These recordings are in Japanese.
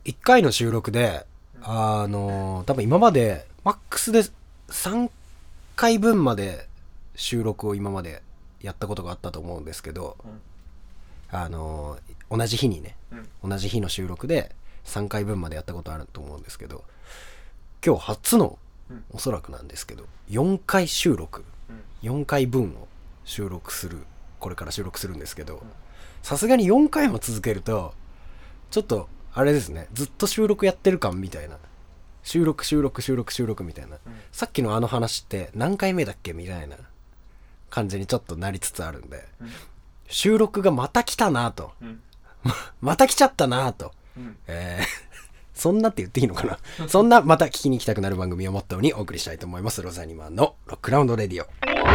1回の収録で、多分今まで、マックスで3回分まで収録を今までやったことがあったと思うんですけど、同じ日にね、同じ日の収録で3回分までやったことあると思うんですけど、今日初の、おそらくなんですけど、4回収録、4回分を収録する、これから収録するんですけど、さすがに4回も続けると、ちょっと、あれですね、ずっと収録やってる感みたいな。収録みたいな。さっきのあの話って何回目だっけみたいな感じにちょっとなりつつあるんで、収録がまた来たなと。また来ちゃったなと。そんなって言っていいのかなそんなまた聞きに来たくなる番組をモットーにお送りしたいと思います。ロザニマンのロックラウンドレディオ。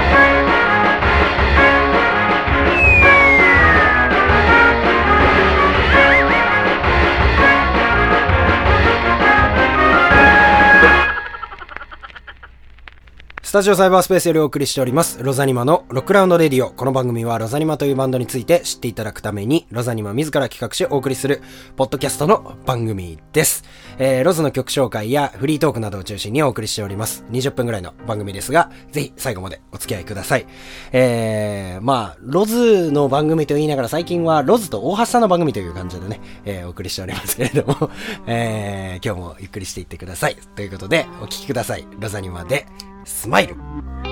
スタジオサイバースペースよりお送りしておりますロザニマのロックラウンドレディオ。この番組はロザニマというバンドについて知っていただくためにロザニマ自ら企画しお送りするポッドキャストの番組です。ロズの曲紹介やフリートークなどを中心にお送りしております。20分ぐらいの番組ですが、ぜひ最後までお付き合いください。ロズの番組と言いながら最近はロズと大橋さんの番組という感じでね、お送りしておりますけれども、今日もゆっくりしていってください。ということでお聞きください。ロザニマでスマイル。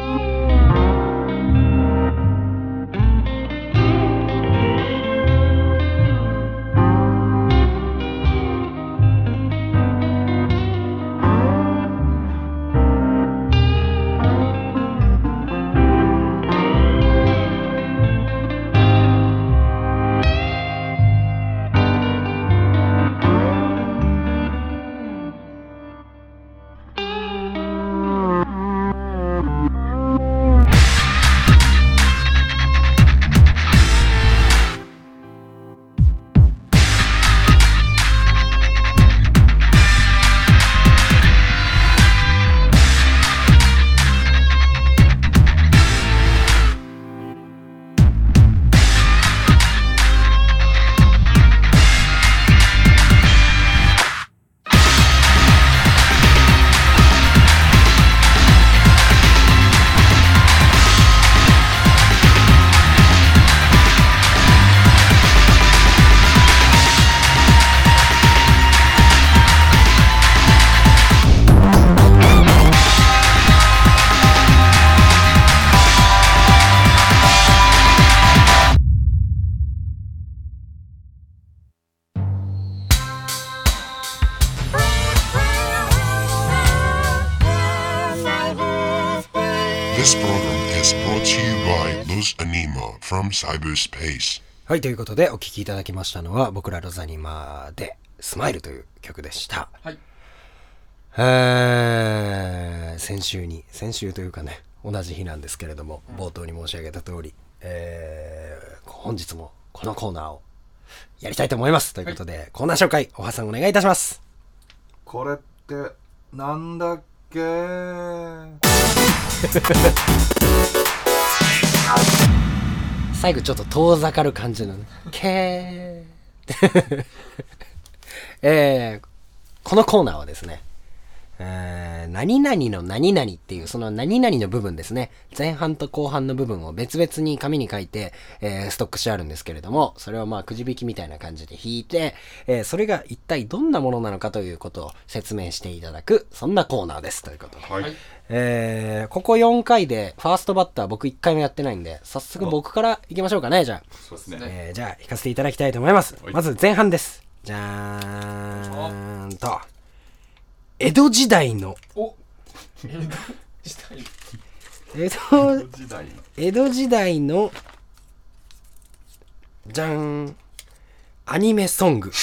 This program is brought to you by Luz Anima from Cyberspace. はい、ということでお聴きいただきましたのは僕らロザニマでスマイルという曲でした。 はい。 先週というかね、同じ日なんですけれども、冒頭に申し上げた通り、本日もこのコーナーをやりたいと思います。ということで、コーナー紹介、おはさんお願いいたします。 これってなんだっけ最後ちょっと遠ざかる感じのね、けーこのコーナーはですね、何々の何々っていうその何々の部分ですね、前半と後半の部分を別々に紙に書いて、ストックしてあるんですけれども、それをまあくじ引きみたいな感じで引いて、それが一体どんなものなのかということを説明していただく、そんなコーナーですということで、 はい。 ここ4回でファーストバッター僕1回もやってないんで、早速僕から行きましょうかね。じゃあ、 そうですね。 じゃあ引かせていただきたいと思います。 はいまず前半です。じゃーんと、江戸時代のお江戸時代のじゃーんアニメソング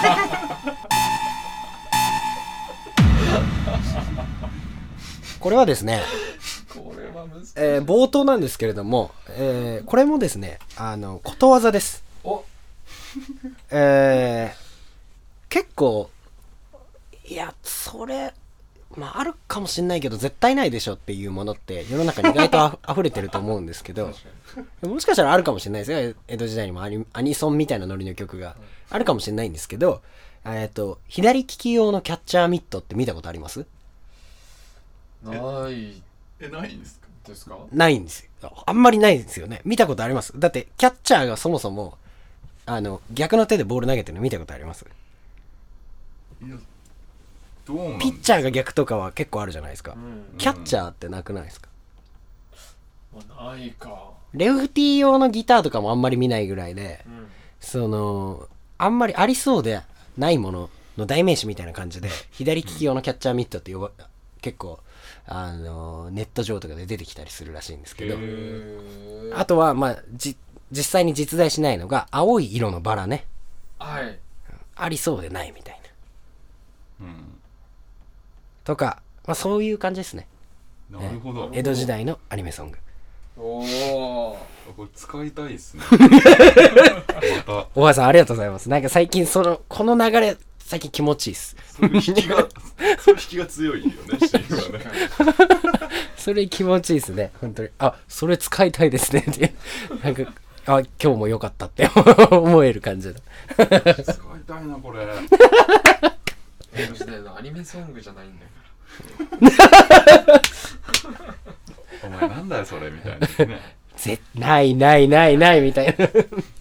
これはですね、 これは難しい。 冒頭なんですけれども、これもですね、ことわざです。 お結構いやそれまああるかもしんないけど絶対ないでしょっていうものって世の中に意外と溢れてると思うんですけどもしかしたらあるかもしれないですよ。江戸時代にもアニソンみたいなノリの曲があるかもしれないんですけど、 左利き用のキャッチャーミットって見たことあります？ ないないんですか？ ですか？ ないんですよ。あんまりないんですよね。見たことあります？だってキャッチャーがそもそも逆の手でボール投げてるの見たことあります？ いや、どうなんピッチャーが逆とかは結構あるじゃないですか。キャッチャーってなくないですか？ ないか。 レフティー用のギターとかもあんまり見ないぐらいで、あんまりありそうでないものの代名詞みたいな感じで、左利き用のキャッチャーミットって結構ネット上とかで出てきたりするらしいんですけど、あとは実際に実在しないのが青い色のバラね。 はい。 ありそうでないみたいな。 うん。 とか、そういう感じですね。 なるほど。 江戸時代のアニメソング。 おお。 これ使いたいですね。また。 おばあさんありがとうございます。なんか最近この流れ最近気持ちいいっす。 それ引きが強いよね、シーンはね。 それ気持ちいいっすね、本当に。それ使いたいですねってなんか今日も良かったって思える感じだ。 使いたいなこれ。 江戸時代のアニメソングじゃないんだから。 お前なんだよそれみたいなね。 ないみたいな。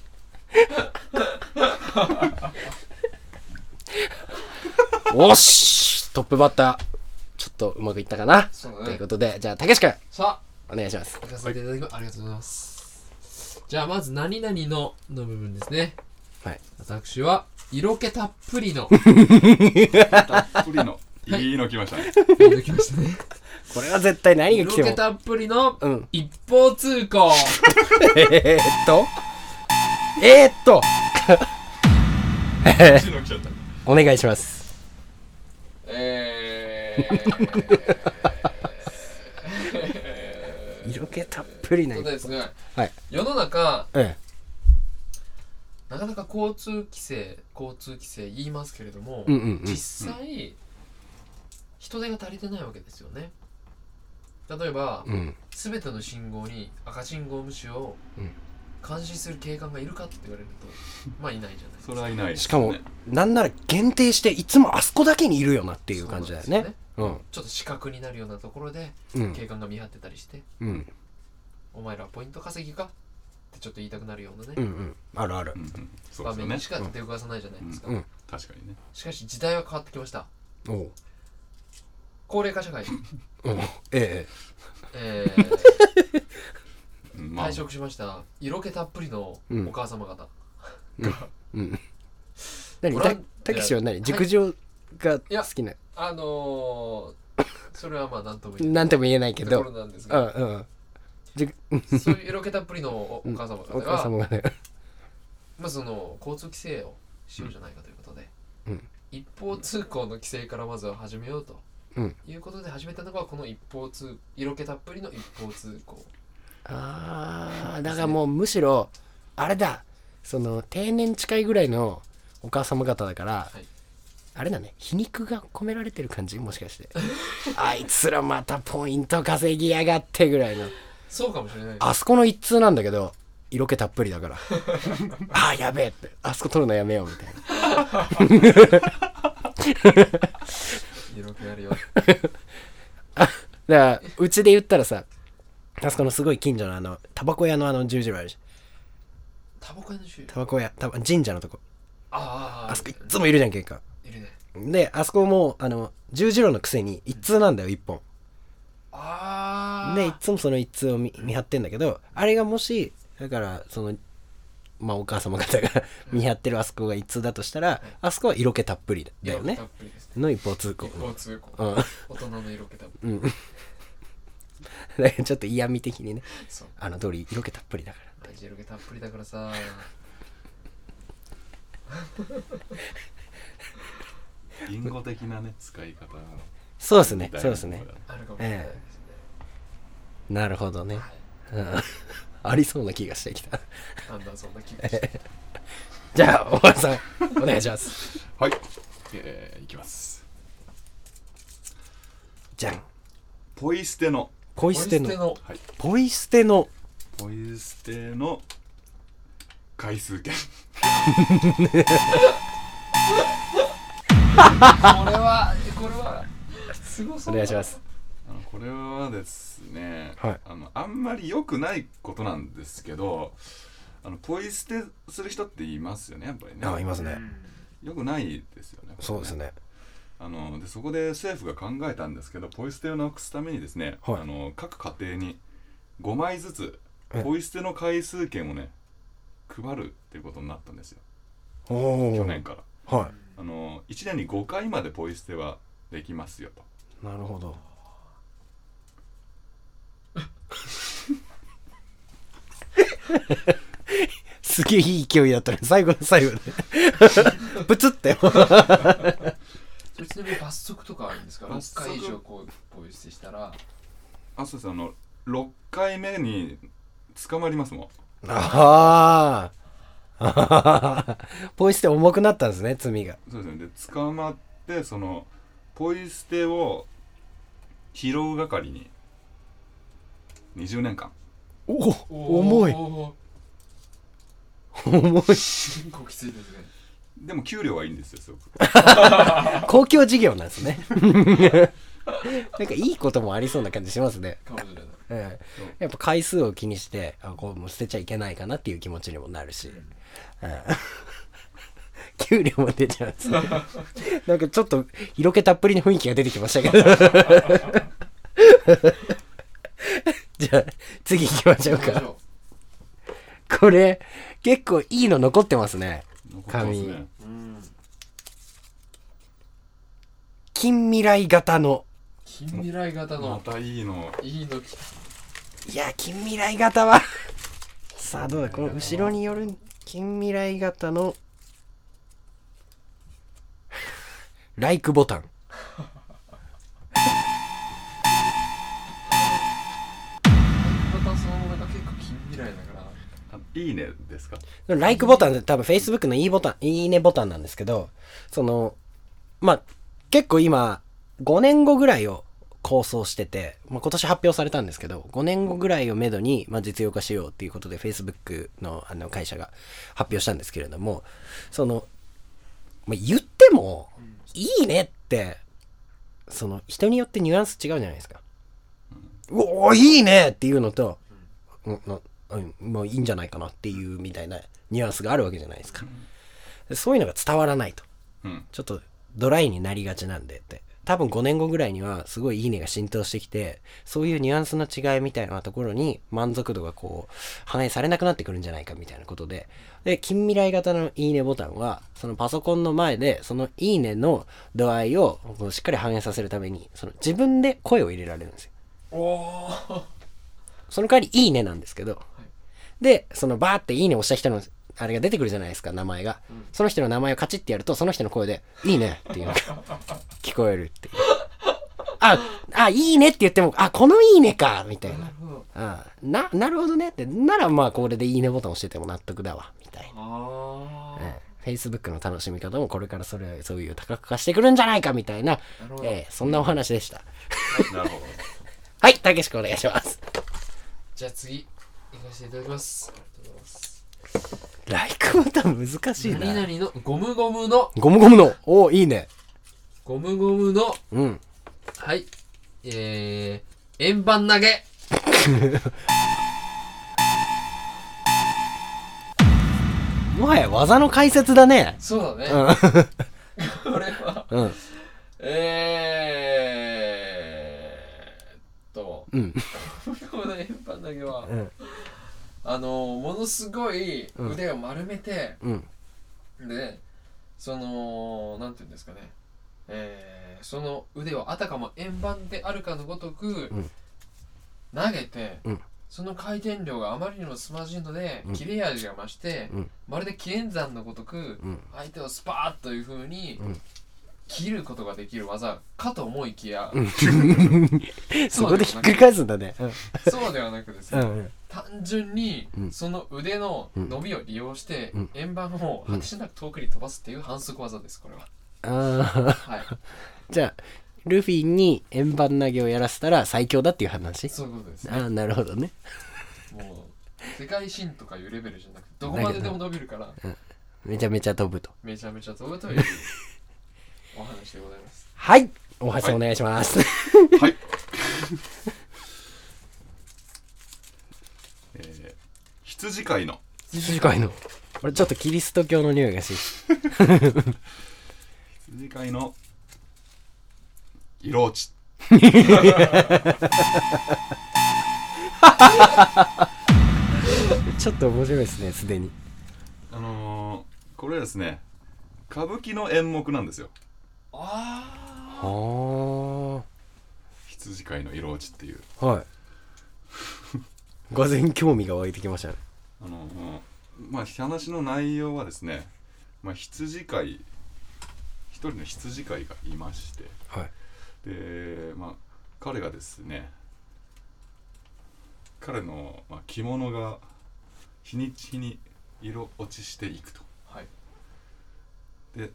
おしトップバッターちょっとうまくいったかな。 そうだね。 ということで、じゃあたけし君さあお願いします。 聞かせていただきます。ありがとうございます。じゃあまず何々の部分ですね。 はい。 私は色気たっぷりのたっぷりのいいの来ましたね。 色気ましたね。 これは絶対何が来ても色気たっぷりのうん一方通行。 一の来ちゃった。 お願いします。色気たっぷりなそうですね。 はい。 世の中えなかなか交通規制言いますけれども、 うんうんうん実際、人手が足りてないわけですよね。例えば、 うん全ての信号に赤信号無視をうん監視する警官がいるかって言われると、いないじゃないですか。 それはいないですね。 しかもなんなら限定していつもあそこだけにいるよなっていう感じだよね。うんちょっと死角になるようなところで、 うん警官が見張ってたりして、 うんお前らポイント稼ぎかってちょっと言いたくなるようなね、 うんあるあるうんうんそうですよね場面にし。か出くわさないじゃないですか。 うん確かにね。 しかし時代は変わってきました。 おう高齢化社会、 おうえうん退職しました色気たっぷりのお母様方、 うん何ボランたけしは何熟女が好きなそれは何とも言えなんとも言えないけどところなんですが、そういう色気たっぷりのお母様方お母が、 様がねその交通規制をしようじゃないかということで、 うん一方通行の規制からまずは始めようと、 うんいうことで始めたのがこの色気たっぷりの一方通行。 だからもうむしろあれだ定年近いぐらいのお母様方だから、 はいあれだね皮肉が込められてる感じもしかしてあいつらまたポイント稼ぎやがってぐらいのそうかもしれないです。 あそこの一通なんだけど色気たっぷりだからやべえってあそこ取るのやめようみたい色気あるよ。 なだからうちで言ったらさあそこのすごい近所のタバコ屋の十字路あるじゃん。 タバコ屋の種類。 タバコ屋神社のとこあそこいっつもいるじゃん結果いるね。 であそこも十字路のくせに一通なんだよ一本でいつもその一通を見張ってんだけどあれがもしだからお母様方が見張ってるあそこが一通だとしたらあそこは色気たっぷりだよね色気たっぷりですね。 の一方通行一方通行。 うん大人の色気たっぷり。 だからちょっと嫌味的にねそう。 通り色気たっぷりだからマジ色気たっぷりだからさ。 リンゴ的なね使い方。 そうですねみたいなそうですねあるかもしれないですね。 なるほどね、ありそうな気がしてきたなんだそんな気がして。 じゃあおばさんお願いしますはい。いきます。 じゃんポイ捨ての。 ポイ捨てのはい。 ポイ捨てのポイ捨ての回数券。 はすごそう。 お願いします。 これはですね、 はい、 あんまり良くないことなんですけど、ポイ捨てする人っていますよね、やっぱりね。 いますね。 良くないですよね。 そうですね。 でそこで政府が考えたんですけど、ポイ捨てをなくすためにですね、 はい、 各家庭に5枚ずつポイ捨ての回数券をね配るっていうことになったんですよ、去年から。 はい、 1年に5回までポイ捨てはできますよと。 なるほど。すげえいい勢いだったね、最後の最後でプツってそれちなみに罰則とかあるんですか？6回以上こうポイ捨てしたら。 そうです。6回目に捕まりますもん。 ああポイ捨て重くなったんですね、罪が。 そうですね。で捕まって、そのポイ捨てを拾う係に20年間。 重い重い。 結構きついですね。 でも給料はいいんですよ、すごく。 公共事業なんですねなんかいいこともありそうな感じしますね。 かもしれない。 やっぱ回数を気にしてこうもう捨てちゃいけないかなっていう気持ちにもなるし、給料も出ちゃうんですねなんかちょっと色気たっぷりの雰囲気が出てきましたけどじゃあ次行きましょうか。これ結構いいの残ってますね。紙、近未来型の。 近未来型の。 またいいの来た。 いや近未来型はさあどうだ、この後ろによる近未来型のライクボタン。 またそのなんか結構近未来だから。 いいねですか？ ライクボタンって多分 Facebook のいいねボタンなんですけど、結構今5年後ぐらいを構想してて、今年発表されたんですけど、5年後ぐらいをめどに、実用化しようっていうことで Facebook の会社が発表したんですけれども、言ってもいいねって人によってニュアンス違うじゃないですか。おおいいねっていうのと、もういいんじゃないかなっていうみたいなニュアンスがあるわけじゃないですか。そういうのが伝わらないと、ちょっとドライになりがちなんでって、多分5年後ぐらいにはすごいいいねが浸透してきて、そういうニュアンスの違いみたいなところに満足度がこう反映されなくなってくるんじゃないかみたいなことで、近未来型のいいねボタンはそのパソコンの前でそのいいねの度合いをしっかり反映させるために自分で声を入れられるんですよ。その代わりいいねなんですけど、でバーっていいね押した人のあれが出てくるじゃないですか、名前が、その人の名前をカチッてやるとその人の声でいいねっていうのが聞こえるっていういいねって言ってもこのいいねかみたいな、なるほどねってならこれでいいねボタン押してても納得だわみたいな。Facebook の楽しみ方もこれからそういう多角化してくるんじゃないかみたいな、そんなお話でした。 なるほど。 はい、たけし君お願いします。 じゃあ次行かせていただきます。 ライクボタン難しいな。 何々のゴムゴムのいいね。 ゴムゴムのはい円盤投げもはや技の解説だね。 そうだね、これはこの円盤投げは、ものすごい腕を丸めて、でなんていうんですかね、その腕をあたかも円盤であるかのごとく投げて、その回転量があまりにも凄まじいので、切れ味が増して、まるで紀元山のごとく、相手をスパーッという風に、切ることができる技かと思いきや、 そこでひっくり返すんだね。 そうではなくですね、単純にその腕の伸びを利用して円盤を果てしなく遠くに飛ばすっていう反則技です、これは。はい。 じゃあルフィに円盤投げをやらせたら最強だっていう話。 そういうことです、 ね。なるほどね。 もう世界新とかいうレベルじゃなくて、どこまででも伸びるから、 めちゃめちゃ飛ぶと。 めちゃめちゃ飛ぶというお話話でございます。 はい、大橋さんお願いします。 はい。羊飼いの。 羊飼いの。俺ちょっとキリスト教の匂いがし。 羊飼いの色落ち。 ちょっと面白いですね、すでに。 これはですね、歌舞伎の演目なんですよ。 ああ。 羊飼いの色落ちっていう。 はい。がぜん興味が湧いてきましたね。 まあ話の内容はですね、まあ羊飼い、一人の羊飼いがいまして、 はい。 で、まあ彼がですね、彼の、まあ、着物が日にちに色落ちしていくと。 はい。 で、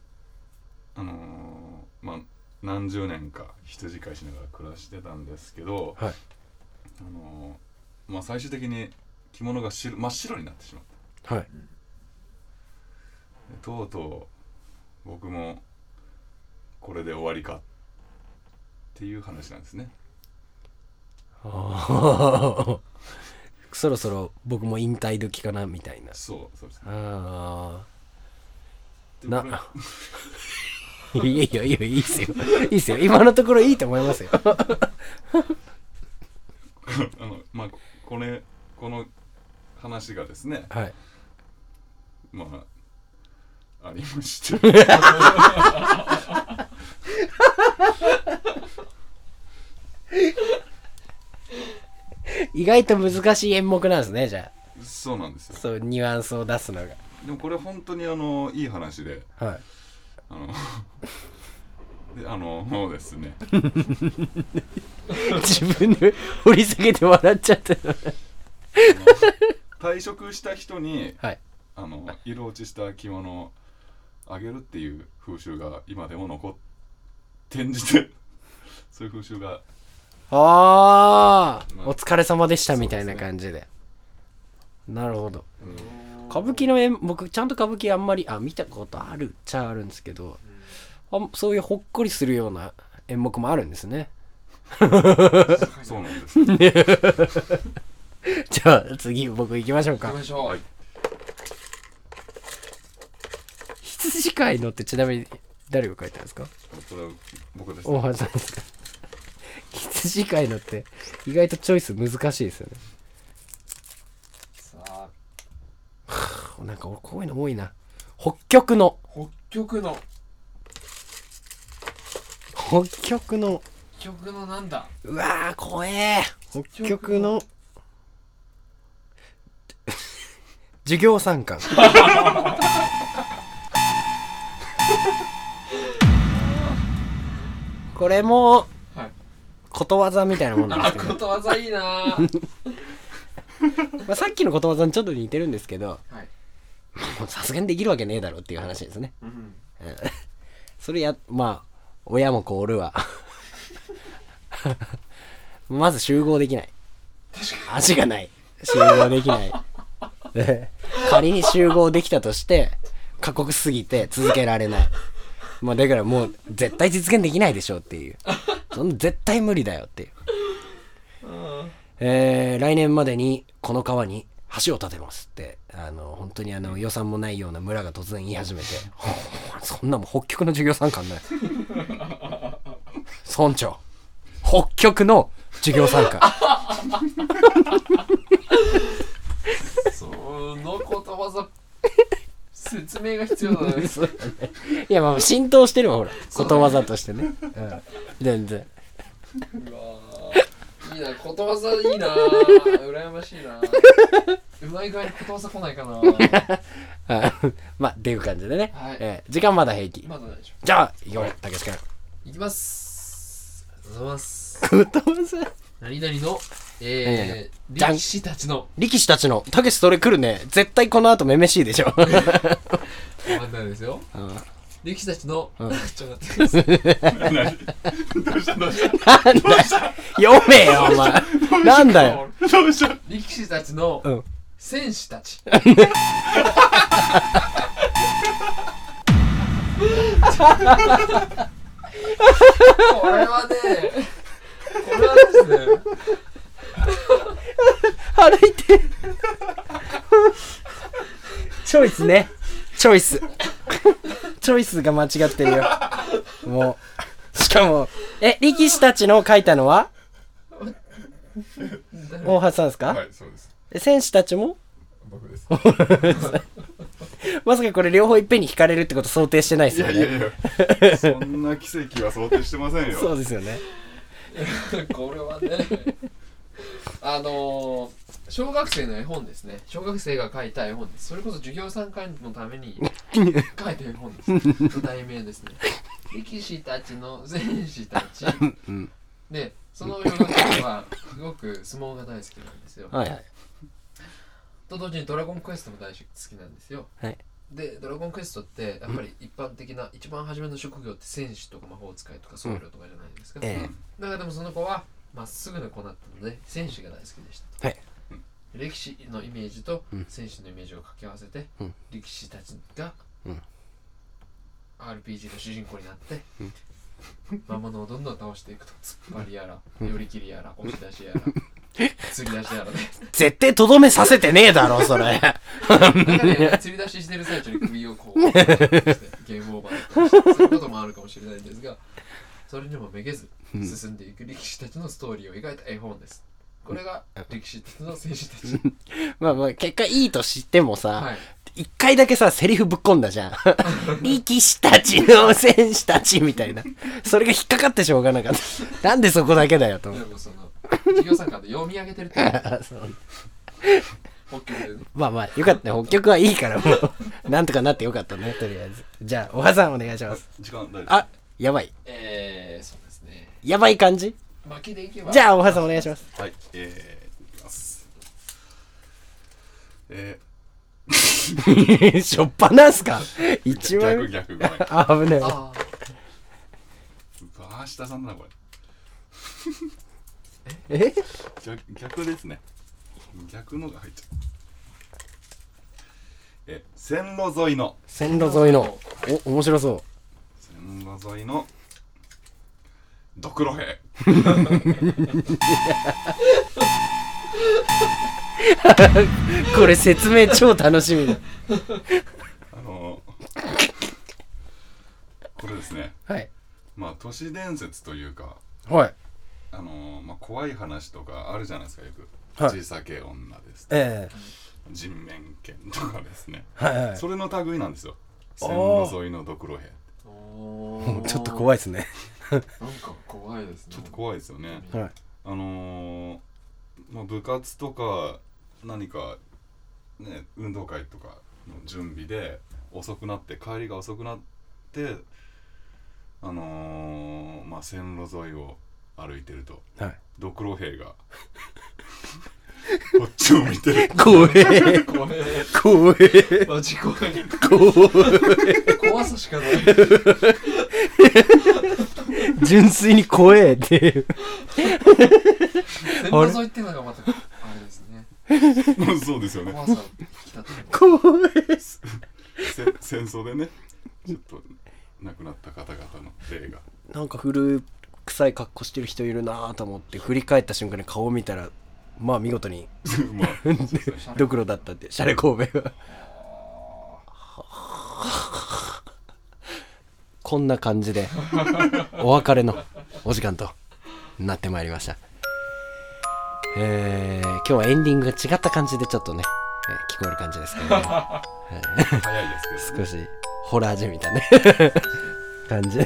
まあ何十年か羊飼いしながら暮らしてたんですけど、 はい。 まあ最終的に着物が真っ白になってしまった。 はい。 とうとう僕もこれで終わりかっていう話なんですね。 ああ。そろそろ僕も引退時かなみたいな。 そうですね。 ああ。 ないやいいっすよ。いいっすよ。今のところいいと思いますよ。 まあこの話がですね、 はい。 まあありまして。 意外と難しい演目なんですね、じゃあ。 そうなんですよ。 そう、ニュアンスを出すのが。 でもこれ本当にいい話で、 はい。 もうですね。 自分で掘り下げて笑っちゃった。 退職した人に、 はい。 色落ちした着物をあげるっていう風習が今でも残ってんじて、そういう風習が。 ああ、 まあ、 お疲れ様でしたみたいな感じで。なるほど。歌舞伎の僕ちゃんと歌舞伎あんまり見たことあるっちゃあるんですけど、そういうほっこりするような演目もあるんですね。 そうなんです。 じゃあ次僕行きましょうか。 行きましょう。はい。 羊飼いのってちなみに誰が書いたんですか？ これは僕です。 大橋さんですか？羊飼いのって意外とチョイス難しいですよね。 さあ、 なんかこういうの多いな。北極のなんだ。 うわー怖え。北極の授業参観。これもことわざみたいなもんなんですけど。 ことわざいいな。 まあさっきのことわざにちょっと似てるんですけど、さすがにできるわけねえだろっていう話ですね。それまあ親も子おるわ。まず集合できない。足がない。集合できない。仮に集合できたとして過酷すぎて続けられない。まあだからもう絶対実現できないでしょっていう。そんな絶対無理だよっていう。来年までにこの川に橋を建てますって本当に予算もないような村が突然言い始めて、そんなもん北極の授業参観だよ。村長、北極の授業参観。 そのことわざ説明が必要だね。 いやまあ浸透してるわほら、ことわざとしてね。全然。 うわいいな、ことわざいいな。羨ましいな。うまい具合にことわざ来ないかな。 まあっていう感じでね、 はい、 時間まだ平気。 まだ大丈夫。 じゃあ行こう、たけし君いきます。ありがとうございます。 ことわざ何々の力士たちのたけしそれ来るね。絶対この後めめしいでしょ。 わかんないですよ。力士たちの、ちょっと待ってください。 どうしたなんだ読めよお前。なんだよ。 力士たちの戦士たち。 これはですね歩いてチョイスね、チョイスが間違ってるよ。もうしかも力士たちの書いたのは大橋さんですか？ はい、そうです。 選手たちも僕です。 まさかこれ両方いっぺんに引かれるってこと想定してないですよね。 いやそんな奇跡は想定してませんよ。 そうですよね。 これはね小学生の絵本ですね。小学生が書いた絵本です。それこそ授業参観のために書いた絵本です。題名ですね。力士たちの戦士たち、でその表現はすごく相撲が大好きなんですよ。 はいはい。 と同時にドラゴンクエストも大好きなんですよ。 はい。 でドラゴンクエストってやっぱり一般的な一番初めの職業って戦士とか魔法使いとか僧侶とかじゃないですか。だからでもその子はまっすぐな子だったので戦士が大好きでしたと。 はい。 歴史のイメージと戦士のイメージを掛け合わせて、力士たちが RPG の主人公になって魔物をどんどん倒していくと、突っ張りやら寄り切りやら押し出しやら釣り出しやらね絶対とどめさせてねえだろそれ。 中で釣り出ししてる最中に首をこうゲームオーバーとかそういうこともあるかもしれないんですが、それにもめげず進んでいく力士たちのストーリーを描いた絵本です。これが力士たちの戦士たちまあ結果いいとしてもさ、一回だけさセリフぶっ込んだじゃん。力士たちの戦士たちみたいな、それが引っかかってしょうがなかった。なんでそこだけだよと思う。 でもその授業参観で読み上げてるって北極でね。 まあよかったね、北極はいいからもうなんとかなってよかったね、とりあえず。じゃあおはさんお願いします。 時間大丈夫。 あ、やばい。 そうですね。 やばい感じ。 巻きでいけば。 じゃあおはさんお願いします。 はい、いきます。 しょっぱなんすか一番逆ごめん。 あ、危ねえ。 あ明日さんだなこえれ。逆ですね。逆のが入っちゃう。線路沿いの。 線路沿いの。お、面白そう。 線路沿いのドクロ兵。 これ説明超楽しみだ。 これですね。 はい。 まあ都市伝説というか、 はい。 怖い話とかあるじゃないですか、よく。 はい小さけ女です。人面犬とかですね。 はいはい。 それの類なんですよ。線路沿いのドクロ兵。 ちょっと怖いですね。 なんか怖いですね。 ちょっと怖いですよね。 はい。 部活とか何かね、運動会とかの準備で遅くなって帰りが遅くなって線路沿いを歩いてると、 はい、 ドクロ兵がこっちを見てる。 怖え怖えマジ怖い怖さしかない純粋に怖えっていう線路沿いっていうのがまたあれですねそうですよね。 怖さきた怖え戦争でねちょっと亡くなった方々の霊がなんか古臭い格好してる人いるなと思って振り返った瞬間に顔を見たらまあ見事にドクロだったってシャレ神戸がこんな感じでお別れのお時間となってまいりました。今日はエンディングが違った感じでちょっとね、聞こえる感じですけどね早いですけど、 少しホラーじみたね感じ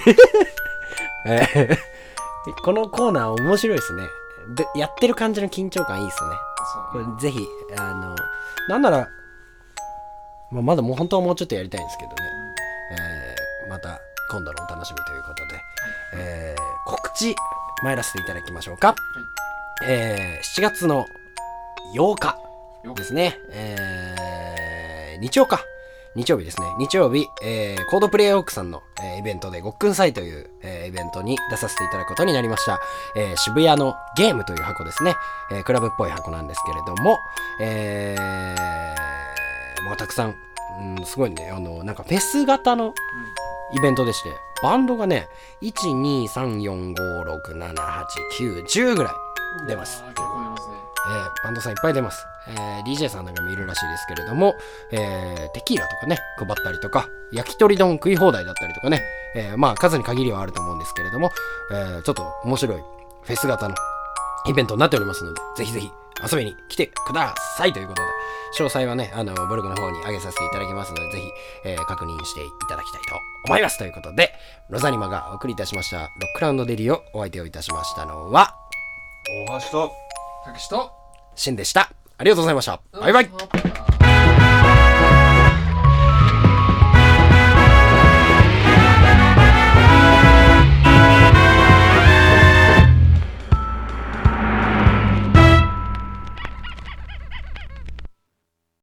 このコーナー面白いですね。でやってる感じの緊張感いいですね。これぜひなんなら、まだもう本当はもうちょっとやりたいんですけどね、また今度のお楽しみということで、告知参らせていただきましょうか。7月の8日ですね、日曜日ですね。日曜日、コードプレイオークさんの、イベントでごっくん祭という、イベントに出させていただくことになりました。渋谷のゲームという箱ですね。クラブっぽい箱なんですけれども、もうたくさん、すごいね、なんかフェス型のイベントでして、バンドがね、1,2,3,4,5,6,7,8,9,10ぐらい出ます。 結構出ますね。 バンドさんいっぱい出ます。DJ さんなんかもいるらしいですけれども、テキーラとかね、配ったりとか、焼き鳥丼食い放題だったりとかね、まあ数に限りはあると思うんですけれども、ちょっと面白いフェス型のイベントになっておりますので、ぜひぜひ遊びに来てくださいということで、詳細はね、ブログの方に上げさせていただきますので、ぜひ、確認していただきたいと思います。ということで、ロザニマがお送りいたしましたロックラウンドデリをお相手をいたしましたのは、 大橋とたけしとシンでした。ありがとうございました。バイバイ。